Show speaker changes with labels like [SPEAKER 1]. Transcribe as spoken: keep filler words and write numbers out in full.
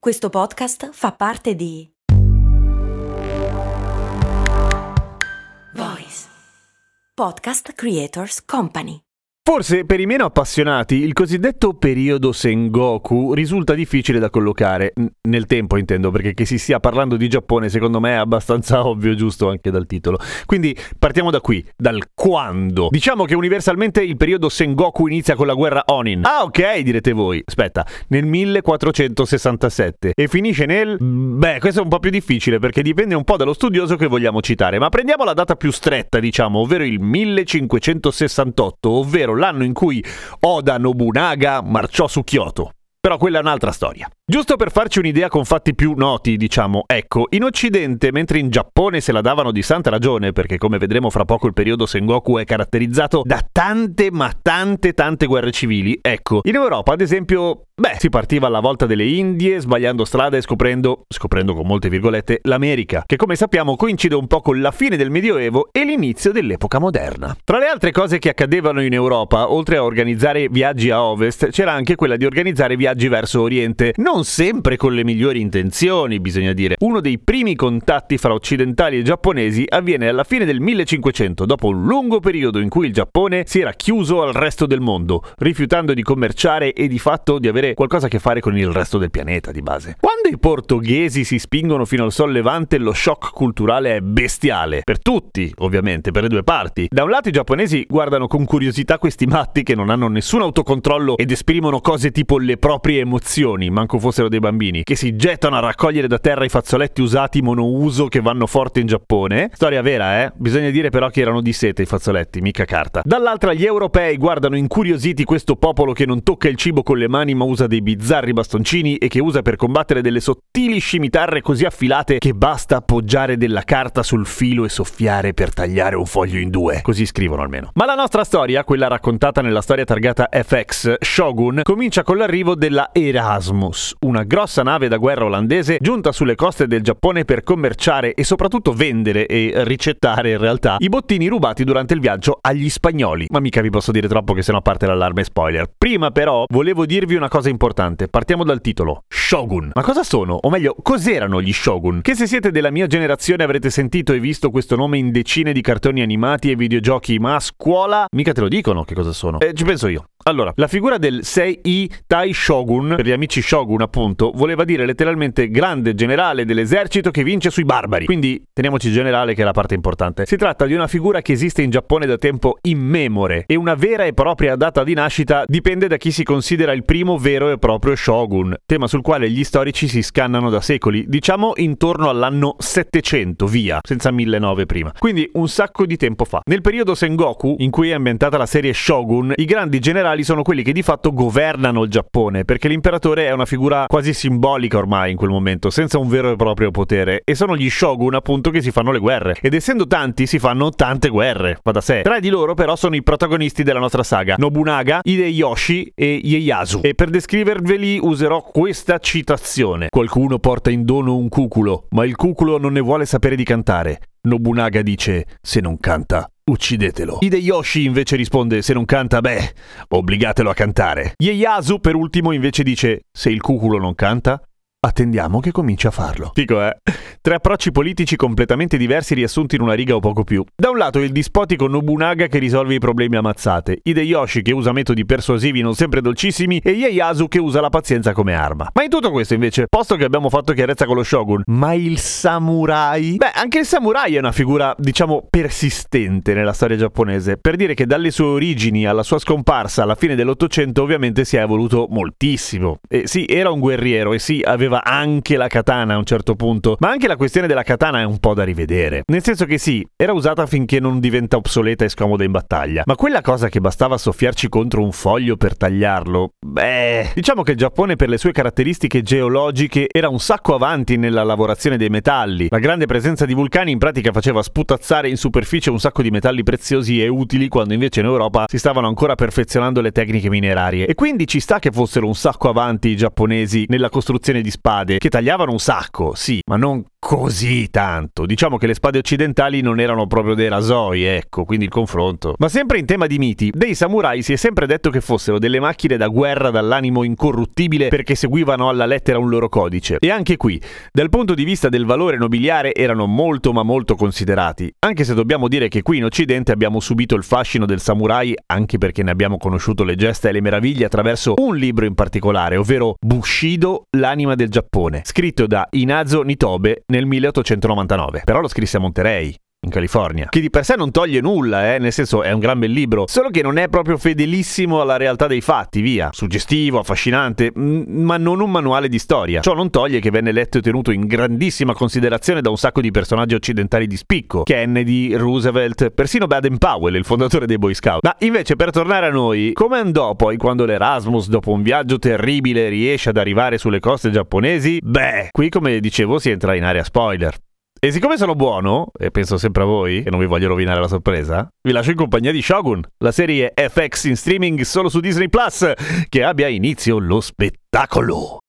[SPEAKER 1] Questo podcast fa parte di Voice Podcast Creators Company.
[SPEAKER 2] Forse per i meno appassionati il cosiddetto periodo Sengoku risulta difficile da collocare, N- nel tempo intendo, perché che si stia parlando di Giappone secondo me è abbastanza ovvio, giusto anche dal titolo. Quindi partiamo da qui, dal quando. Diciamo che universalmente il periodo Sengoku inizia con la guerra Onin. Ah ok, direte voi, aspetta, nel millequattrocentosessantasette e finisce nel... Beh, questo è un po' più difficile perché dipende un po' dallo studioso che vogliamo citare, ma prendiamo la data più stretta, diciamo, ovvero il millecinquecentosessantotto, ovvero l'anno in cui Oda Nobunaga marciò su Kyoto. Però quella è un'altra storia. Giusto per farci un'idea con fatti più noti, diciamo, ecco, in Occidente, mentre in Giappone se la davano di santa ragione, perché come vedremo fra poco il periodo Sengoku è caratterizzato da tante ma tante tante guerre civili, ecco, in Europa ad esempio, beh, si partiva alla volta delle Indie, sbagliando strada e scoprendo, scoprendo con molte virgolette, l'America, che come sappiamo coincide un po' con la fine del Medioevo e l'inizio dell'epoca moderna. Tra le altre cose che accadevano in Europa, oltre a organizzare viaggi a ovest, c'era anche quella di organizzare viaggi verso Oriente, non sempre con le migliori intenzioni, bisogna dire. Uno dei primi contatti fra occidentali e giapponesi avviene alla fine del millecinquecento, dopo un lungo periodo in cui il Giappone si era chiuso al resto del mondo, rifiutando di commerciare e di fatto di avere qualcosa a che fare con il resto del pianeta di base. Quando i portoghesi si spingono fino al Sol Levante, lo shock culturale è bestiale, per tutti, ovviamente, per le due parti. Da un lato i giapponesi guardano con curiosità questi matti che non hanno nessun autocontrollo ed esprimono cose tipo le proprie emozioni, manco fossero dei bambini, che si gettano a raccogliere da terra i fazzoletti usati monouso che vanno forte in Giappone. Storia vera, eh? Bisogna dire però che erano di seta i fazzoletti, mica carta. Dall'altra gli europei guardano incuriositi questo popolo che non tocca il cibo con le mani ma usa dei bizzarri bastoncini e che usa per combattere delle sottili scimitarre così affilate che basta appoggiare della carta sul filo e soffiare per tagliare un foglio in due. Così scrivono almeno. Ma la nostra storia, quella raccontata nella storia targata F X Shogun, comincia con l'arrivo della Erasmus, una grossa nave da guerra olandese giunta sulle coste del Giappone per commerciare e soprattutto vendere e ricettare in realtà i bottini rubati durante il viaggio agli spagnoli. Ma mica vi posso dire troppo che sennò parte l'allarme spoiler. Prima però volevo dirvi una cosa importante. Partiamo dal titolo. Shogun. Ma cosa sono? O meglio, cos'erano gli Shogun? Che se siete della mia generazione avrete sentito e visto questo nome in decine di cartoni animati e videogiochi, ma a scuola mica te lo dicono che cosa sono. Eh, ci penso io. Allora, la figura del Sei Tai Shogun, per gli amici Shogun appunto, voleva dire letteralmente grande generale dell'esercito che vince sui barbari. Quindi teniamoci generale che è la parte importante. Si tratta di una figura che esiste in Giappone da tempo immemore e una vera e propria data di nascita dipende da chi si considera il primo vero e proprio Shogun, tema sul quale gli storici si scannano da secoli, diciamo intorno all'anno settecento, via, senza millenovecento prima. Quindi un sacco di tempo fa. Nel periodo Sengoku, in cui è ambientata la serie Shogun, i grandi generali sono quelli che di fatto governano il Giappone, perché l'imperatore è una figura quasi simbolica ormai in quel momento, senza un vero e proprio potere, e sono gli shogun appunto che si fanno le guerre, ed essendo tanti si fanno tante guerre, va da sé. Tre di loro però sono i protagonisti della nostra saga: Nobunaga, Hideyoshi e Ieyasu, e per descriverveli userò questa citazione: qualcuno porta in dono un cuculo, ma il cuculo non ne vuole sapere di cantare. Nobunaga dice: se non canta, uccidetelo. Hideyoshi invece risponde: se non canta, beh, obbligatelo a cantare. Ieyasu per ultimo invece dice: se il cuculo non canta, attendiamo che cominci a farlo. Dico, eh. Tre approcci politici completamente diversi riassunti in una riga o poco più. Da un lato il dispotico Nobunaga che risolve i problemi a mazzate, Hideyoshi che usa metodi persuasivi non sempre dolcissimi e Ieyasu che usa la pazienza come arma. Ma in tutto questo invece, posto che abbiamo fatto chiarezza con lo Shogun, ma il samurai? Beh, anche il samurai è una figura, diciamo, persistente nella storia giapponese, per dire che dalle sue origini alla sua scomparsa alla fine dell'Ottocento ovviamente si è evoluto moltissimo. E sì, era un guerriero e sì, aveva anche la katana a un certo punto, ma anche la questione della katana è un po' da rivedere, nel senso che sì, era usata finché non diventa obsoleta e scomoda in battaglia, ma quella cosa che bastava soffiarci contro un foglio per tagliarlo, beh, diciamo che il Giappone per le sue caratteristiche geologiche era un sacco avanti nella lavorazione dei metalli. La grande presenza di vulcani in pratica faceva sputazzare in superficie un sacco di metalli preziosi e utili, quando invece in Europa si stavano ancora perfezionando le tecniche minerarie, e quindi ci sta che fossero un sacco avanti i giapponesi nella costruzione di spade, che tagliavano un sacco, sì, ma non così tanto. Diciamo che le spade occidentali non erano proprio dei rasoi, ecco, quindi il confronto. Ma sempre in tema di miti, dei samurai si è sempre detto che fossero delle macchine da guerra dall'animo incorruttibile perché seguivano alla lettera un loro codice. E anche qui, dal punto di vista del valore nobiliare, erano molto ma molto considerati, anche se dobbiamo dire che qui in Occidente abbiamo subito il fascino del samurai anche perché ne abbiamo conosciuto le gesta e le meraviglie attraverso un libro in particolare, ovvero Bushido, l'anima del Giappone, scritto da Inazo Nitobe nel milleottocentonovantanove. Però lo scrisse a Monterey, in California, che di per sé non toglie nulla, eh, nel senso è un gran bel libro, solo che non è proprio fedelissimo alla realtà dei fatti, via. Suggestivo, affascinante, m- ma non un manuale di storia. Ciò non toglie che venne letto e tenuto in grandissima considerazione da un sacco di personaggi occidentali di spicco, Kennedy, Roosevelt, persino Baden-Powell, il fondatore dei Boy Scout. Ma invece, per tornare a noi, come andò poi quando l'Erasmus, dopo un viaggio terribile, riesce ad arrivare sulle coste giapponesi? Beh, qui come dicevo si entra in area spoiler. E siccome sono buono, e penso sempre a voi, e non vi voglio rovinare la sorpresa, vi lascio in compagnia di Shogun, la serie F X in streaming solo su Disney Plus, che abbia inizio lo spettacolo.